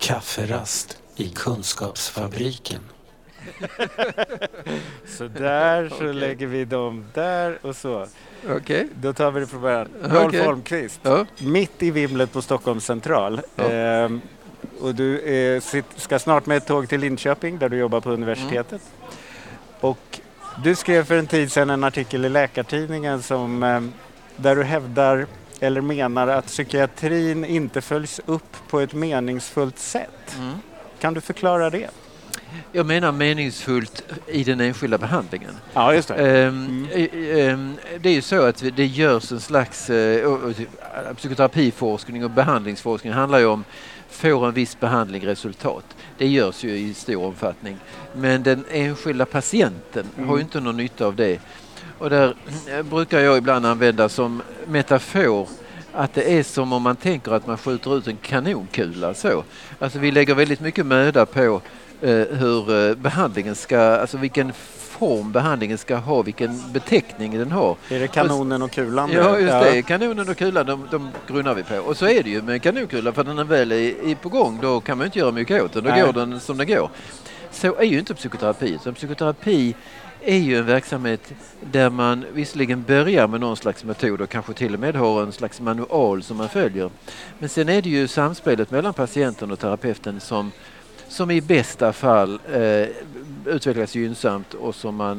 kafferast i Kunskapsfabriken. Så där så lägger vi dem där och så. Okej. Då tar vi det från början. Rolf Holmqvist, Ja. mitt i vimlet på Stockholms central. Och du ska snart med ett tåg till Linköping där du jobbar på universitetet. Och du skrev för en tid sedan en artikel i Läkartidningen där du hävdar eller menar att psykiatrin inte följs upp på ett meningsfullt sätt. Kan du förklara det? Jag menar meningsfullt i den enskilda behandlingen. Ja, just det. Det är ju så att det görs en slags psykoterapiforskning och behandlingsforskning handlar ju om får en viss behandling resultat. Det görs ju i stor omfattning. Men den enskilda patienten har ju inte någon nytta av det. Och där brukar jag ibland använda som metafor att det är som om man tänker att man skjuter ut en kanonkula. Så. Alltså vi lägger väldigt mycket möda på hur behandlingen ska, alltså vilken form behandlingen ska ha, vilken beteckning den har. Är det kanonen och kulan? Ja, just det. Kanonen och kulan, de grunnar vi på. Och så är det ju med en kanonkula, för när den väl är på gång, då kan man inte göra mycket åt den. Då går den som den går. Så är ju inte psykoterapi. Så psykoterapi är ju en verksamhet där man visserligen börjar med någon slags metod och kanske till och med har en slags manual som man följer. Men sen är det ju samspelet mellan patienten och terapeuten som i bästa fall utvecklas gynnsamt och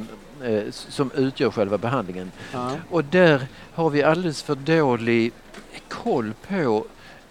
som utgör själva behandlingen. Ja. Och där har vi alldeles för dålig koll på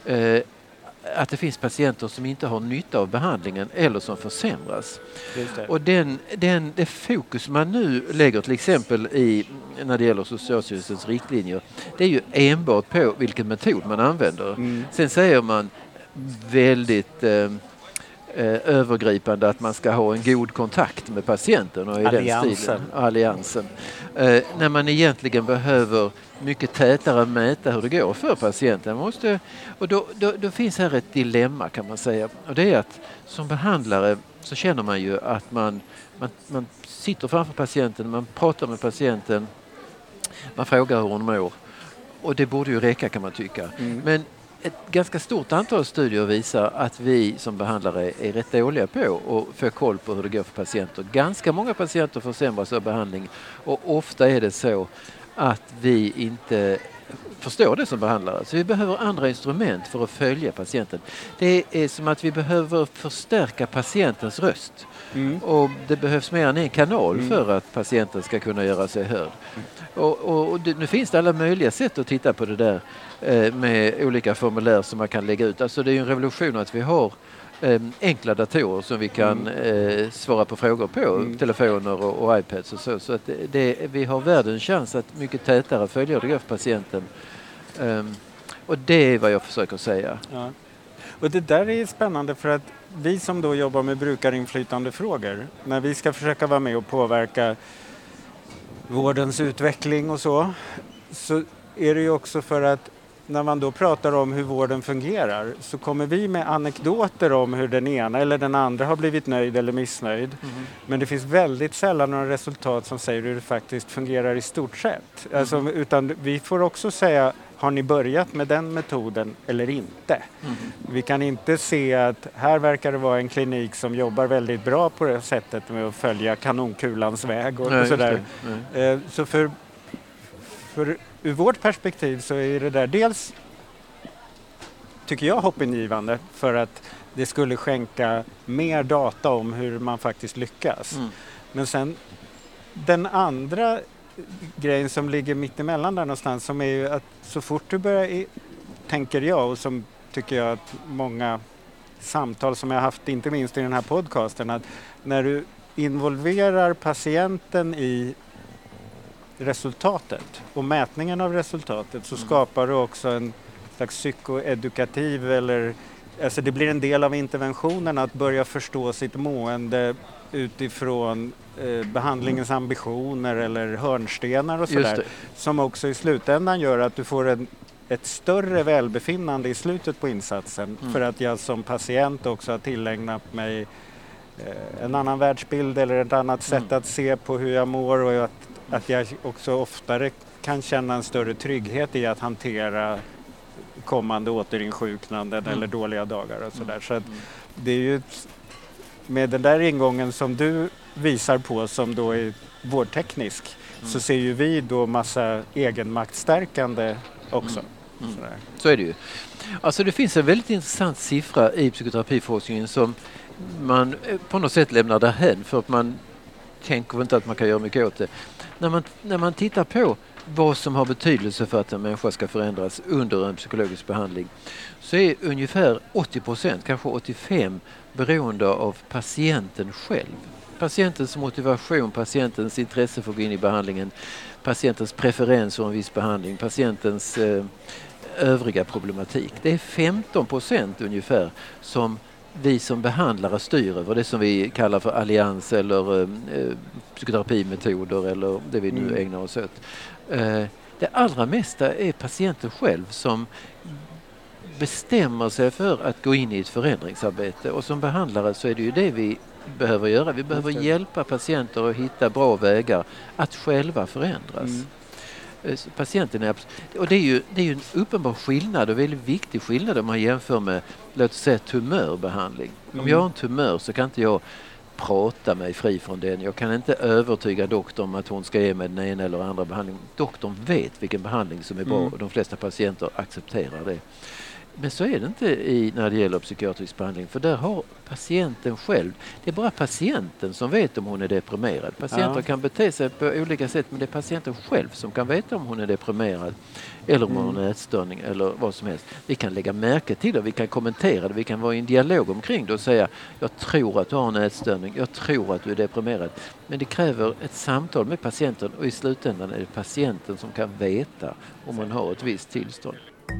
att det finns patienter som inte har nytta av behandlingen eller som försämras. Och det fokus man nu lägger till exempel när det gäller Socialstyrelsens riktlinjer, det är ju enbart på vilken metod man använder. Sen säger man väldigt övergripande att man ska ha en god kontakt med patienten och i den stilen. Alliansen. När man egentligen behöver mycket tätare mäta hur det går för patienten. Och då finns här ett dilemma kan man säga. Och det är att som behandlare så känner man ju att man sitter framför patienten, man pratar med patienten, man frågar hur hon mår. Och det borde ju räcka kan man tycka. Men ett ganska stort antal studier visar att vi som behandlare är rätt dåliga på att få koll på hur det går för patienter. Ganska många patienter försämras av behandling och ofta är det så att vi inte förstår det som behandlare. Så vi behöver andra instrument för att följa patienten. Det är som att vi behöver förstärka patientens röst. Och det behövs mer än en kanal för att patienten ska kunna göra sig hörd. Och nu finns det alla möjliga sätt att titta på det där med olika formulär som man kan lägga ut. Alltså det är ju en revolution att vi har enkla datorer som vi kan svara på frågor på, telefoner och iPads och så. Så att vi har världens chans att mycket tätare följa hur det går för patienten. Och det är vad jag försöker säga. Ja. Och det där är spännande för att vi som då jobbar med brukarinflytande frågor, när vi ska försöka vara med och påverka vårdens utveckling och så är det ju också för att när man då pratar om hur vården fungerar så kommer vi med anekdoter om hur den ena eller den andra har blivit nöjd eller missnöjd. Men det finns väldigt sällan några resultat som säger hur det faktiskt fungerar i stort sett. Alltså, utan vi får också säga, har ni börjat med den metoden eller inte? Vi kan inte se att här verkar det vara en klinik som jobbar väldigt bra på det sättet med att följa kanonkulans väg och sådär. Så för ur vårt perspektiv så är det där dels, tycker jag, hoppingivande för att det skulle skänka mer data om hur man faktiskt lyckas. Men sen den andra grejen som ligger mitt emellan där någonstans som är ju att så fort du börjar, tänker jag och som tycker jag att många samtal som jag haft, inte minst i den här podcasten, att när du involverar patienten i resultatet och mätningen av resultatet så skapar du också en slags psykoedukativ alltså det blir en del av interventionen att börja förstå sitt mående utifrån behandlingens ambitioner eller hörnstenar och sådär som också i slutändan gör att du får ett större välbefinnande i slutet på insatsen för att jag som patient också har tillägnat mig en annan världsbild eller ett annat sätt att se på hur jag mår och att jag också oftare kan känna en större trygghet i att hantera kommande återinsjuknanden eller dåliga dagar och sådär. Så att det är ju med den där ingången som du visar på som då är vårdteknisk så ser ju vi då massa egenmaktstärkande också. Så är det ju. Alltså det finns en väldigt intressant siffra i psykoterapiforskningen som man på något sätt lämnar därhän för att man tänker inte att man kan göra mycket åt det. När man tittar på vad som har betydelse för att en människa ska förändras under en psykologisk behandling så är ungefär 80%, kanske 85% beroende av patienten själv. Patientens motivation, patientens intresse för att gå in i behandlingen, patientens preferens för en viss behandling, patientens övriga problematik. Det är 15% ungefär som vi som behandlare styr över, det som vi kallar för allians eller psykoterapimetoder eller det vi nu ägnar oss åt. Det allra mesta är patienten själv som bestämmer sig för att gå in i ett förändringsarbete och som behandlare så är det ju det vi behöver göra. Vi behöver hjälpa patienter att hitta bra vägar att själva förändras. Patienten är, och det är ju en uppenbar skillnad och väldigt viktig skillnad om man jämför med, låt oss säga, tumörbehandling. Om jag har en tumör så kan inte jag prata mig fri från den. Jag kan inte övertyga doktorn om att hon ska ge mig den ena eller andra behandlingen. Doktorn vet vilken behandling som är bra och de flesta patienter accepterar det. Men så är det inte när det gäller psykiatrisk behandling, för där har patienten själv, det är bara patienten som vet om hon är deprimerad. Patienter kan bete sig på olika sätt, men det är patienten själv som kan veta om hon är deprimerad eller om hon har en ätstörning eller vad som helst. Vi kan lägga märke till det, vi kan kommentera det, vi kan vara i en dialog omkring det och säga jag tror att du har en ätstörning, jag tror att du är deprimerad. Men det kräver ett samtal med patienten och i slutändan är det patienten som kan veta om man har ett visst tillstånd.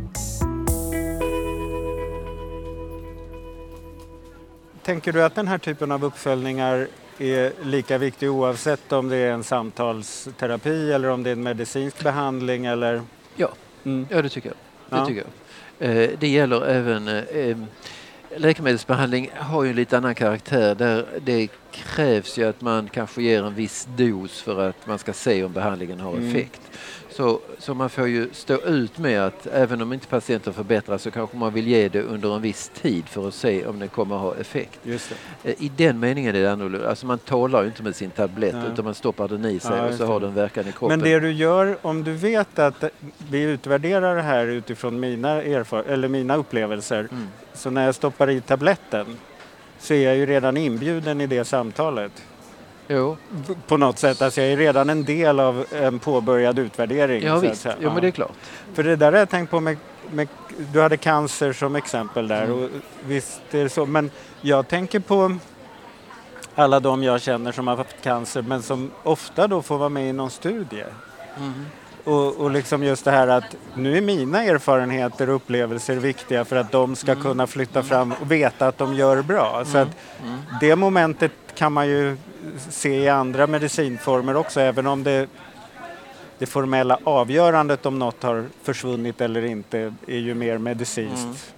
Tänker du att den här typen av uppföljningar är lika viktig oavsett om det är en samtalsterapi eller om det är en medicinsk behandling? Eller? Ja, det tycker jag. Det gäller även läkemedelsbehandling har ju en lite annan karaktär där det krävs ju att man kanske ger en viss dos för att man ska se om behandlingen har effekt. Så man får ju stå ut med att även om inte patienten förbättras så kanske man vill ge det under en viss tid för att se om det kommer att ha effekt. Just det. I den meningen är det annorlunda. Alltså man talar ju inte med sin tablett utan man stoppar den i sig och så har den verkan i kroppen. Men det du gör, om du vet att vi utvärderar det här utifrån mina upplevelser, så när jag stoppar i tabletten så är jag ju redan inbjuden i det samtalet. Jo. På något sätt, alltså jag är redan en del av en påbörjad utvärdering. Ja visst, men det är klart. För det där har jag tänkt på med du hade cancer som exempel där och visst är det så, men jag tänker på alla de jag känner som har haft cancer men som ofta då får vara med i någon studie. Och liksom just det här att nu är mina erfarenheter och upplevelser viktiga för att de ska kunna flytta fram och veta att de gör bra. Så att det momentet kan man ju se i andra medicinformer också, även om det formella avgörandet om något har försvunnit eller inte är ju mer medicinskt.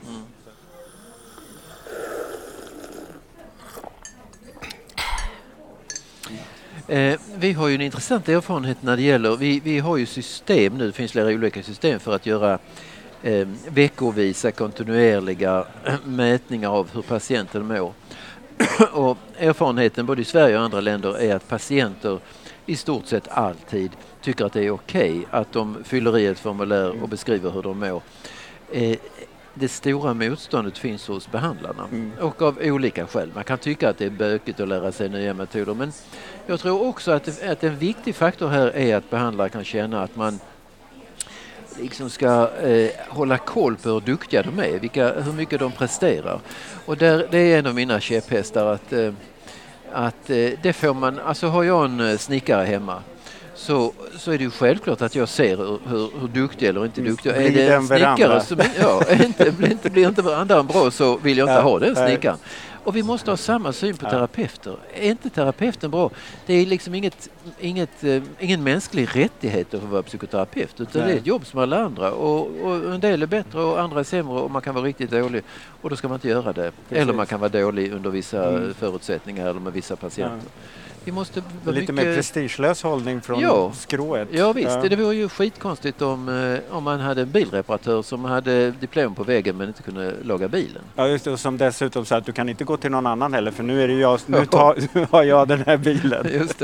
Vi har ju en intressant erfarenhet när det gäller, vi har ju system nu, det finns flera olika system för att göra veckovisa kontinuerliga mätningar av hur patienten mår. Och erfarenheten både i Sverige och andra länder är att patienter i stort sett alltid tycker att det är okej att de fyller i ett formulär och beskriver hur de mår. Det stora motståndet finns hos behandlarna och av olika skäl. Man kan tycka att det är bökigt att lära sig nya metoder, men jag tror också att en viktig faktor här är att behandlare kan känna att man liksom ska hålla koll på hur duktiga de är, hur mycket de presterar. Och det är en av mina käpphästar att det får man, alltså har jag en snickare hemma så är det ju självklart att jag ser hur duktig eller inte duktig. Är det en snickare som blir inte verandan bra så vill jag inte ha den snickaren. Och vi måste ha samma syn på terapeuter. Är inte terapeuten bra? Det är liksom ingen mänsklig rättighet att få vara psykoterapeut. Utan det är ett jobb som alla andra. Och en del är bättre och andra är sämre och man kan vara riktigt dålig. Och då ska man inte göra det. Precis. Eller man kan vara dålig under vissa förutsättningar eller med vissa patienter. Vi måste vara lite mer prestigelös hållning från skrået. Ja visst, det vore ju skitkonstigt om man hade en bilreparatör som hade diplom på väggen men inte kunde laga bilen. Ja just det, och som dessutom sa att du kan inte gå till någon annan heller för nu är det jag, nu har jag den här bilen. Just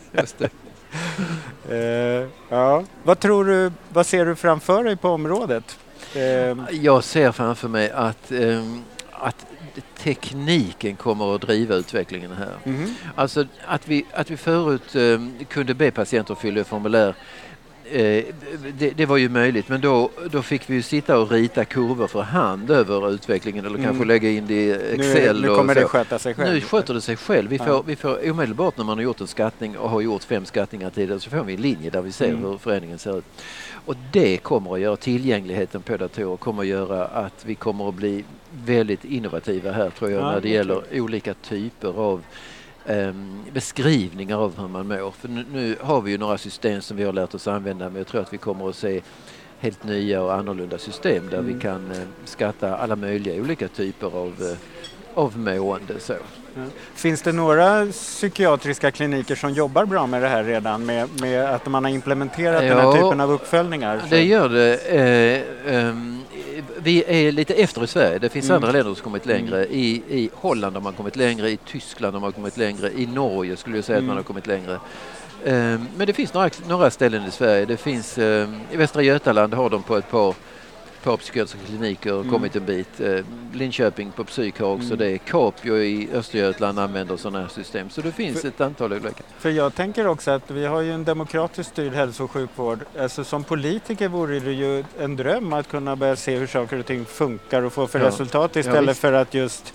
det. Ja. Vad ser du framför dig på området? Jag ser framför mig att tekniken kommer att driva utvecklingen här. Mm-hmm. Alltså att vi förut kunde be patienter fylla formulär, det var ju möjligt, men då fick vi ju sitta och rita kurvor för hand över utvecklingen eller kanske lägga in det i Excel. Nu kommer det sköta sig själv. Nu sköter det sig själv. Vi får omedelbart när man har gjort en skattning och har gjort 5 skattningar tidigare så får vi en linje där vi ser hur förändringen ser ut. Och det kommer att göra tillgängligheten på datorer kommer att göra att vi kommer att bli väldigt innovativa här tror jag när det gäller olika typer av beskrivningar av hur man mår. För nu har vi ju några system som vi har lärt oss använda men jag tror att vi kommer att se helt nya och annorlunda system där vi kan skatta alla möjliga olika typer av mående. Så. Finns det några psykiatriska kliniker som jobbar bra med det här redan med att man har implementerat den här typen av uppföljningar? Det gör det. Vi är lite efter i Sverige. Det finns andra länder som kommit längre. I Holland har man kommit längre, i Tyskland har man kommit längre, i Norge skulle jag säga att man har kommit längre. Men det finns några ställen i Sverige. Det finns, i Västra Götaland har de på ett par psykiatriska kliniker kommit en bit. Linköping på psyk har också det. Capio i Östergötland använder sådana här system. Så det finns ett antal olika. För jag tänker också att vi har ju en demokratiskt styrd hälso- och sjukvård. Alltså som politiker vore det ju en dröm att kunna börja se hur saker och ting funkar och få för resultat istället för att just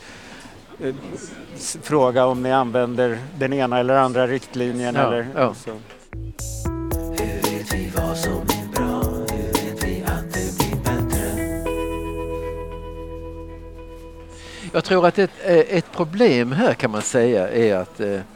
fråga om ni använder den ena eller andra riktlinjen. Eller så. Hur vet vi vad som är bra? Hur vet vi att det blir bättre? Jag tror att ett problem här kan man säga är att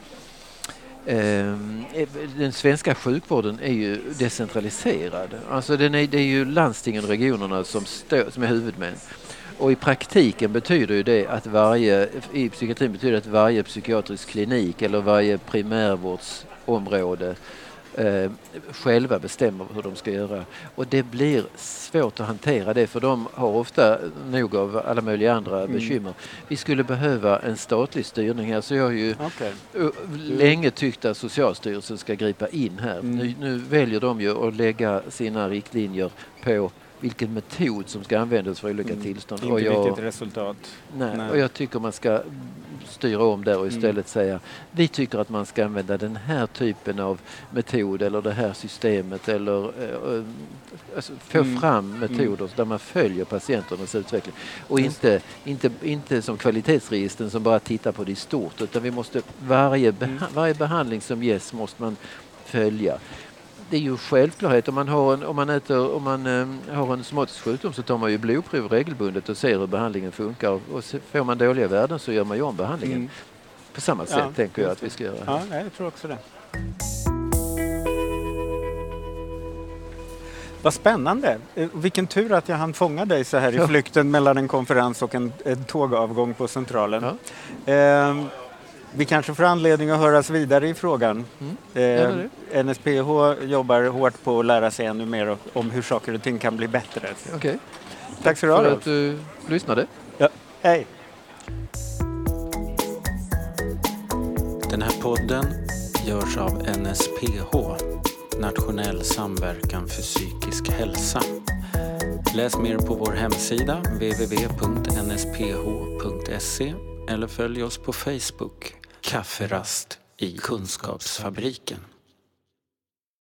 den svenska sjukvården är ju decentraliserad. Alltså det är ju landstingen och regionerna som är huvudmän. Och i praktiken betyder ju det att i psykiatrin betyder det att varje psykiatrisk klinik eller varje primärvårdsområde själva bestämmer hur de ska göra. Och det blir svårt att hantera det för de har ofta nog av alla möjliga andra bekymmer. Vi skulle behöva en statlig styrning här så jag har ju länge tyckt att Socialstyrelsen ska gripa in här. Nu väljer de ju att lägga sina riktlinjer på vilken metod som ska användas för olika tillstånd. Inte vilket resultat. Nej. Och jag tycker man ska styra om där och istället säga vi tycker att man ska använda den här typen av metod eller det här systemet eller få fram metoder där man följer patienternas utveckling och inte som kvalitetsregistern som bara tittar på det i stort utan vi måste varje behandling som ges måste man följa. Det är ju självklarhet om man har en somatisk sjukdom så tar man ju blodprov regelbundet och ser hur behandlingen funkar och får man dåliga värden så gör man ju om behandlingen. På samma sätt tänker jag att vi ska göra. Ja, jag tror också det. Vad spännande. Vilken tur att jag hann fånga dig så här i flykten mellan en konferens och en tågavgång på Centralen. Ja. Vi kanske får anledning att höras vidare i frågan. NSPH jobbar hårt på att lära sig ännu mer om hur saker och ting kan bli bättre. Okej. Tack så du ha. För att du lyssnade. Ja, hej. Den här podden görs av NSPH, Nationell samverkan för psykisk hälsa. Läs mer på vår hemsida www.nsph.se eller följ oss på Facebook. Kafferast i Kunskapsfabriken.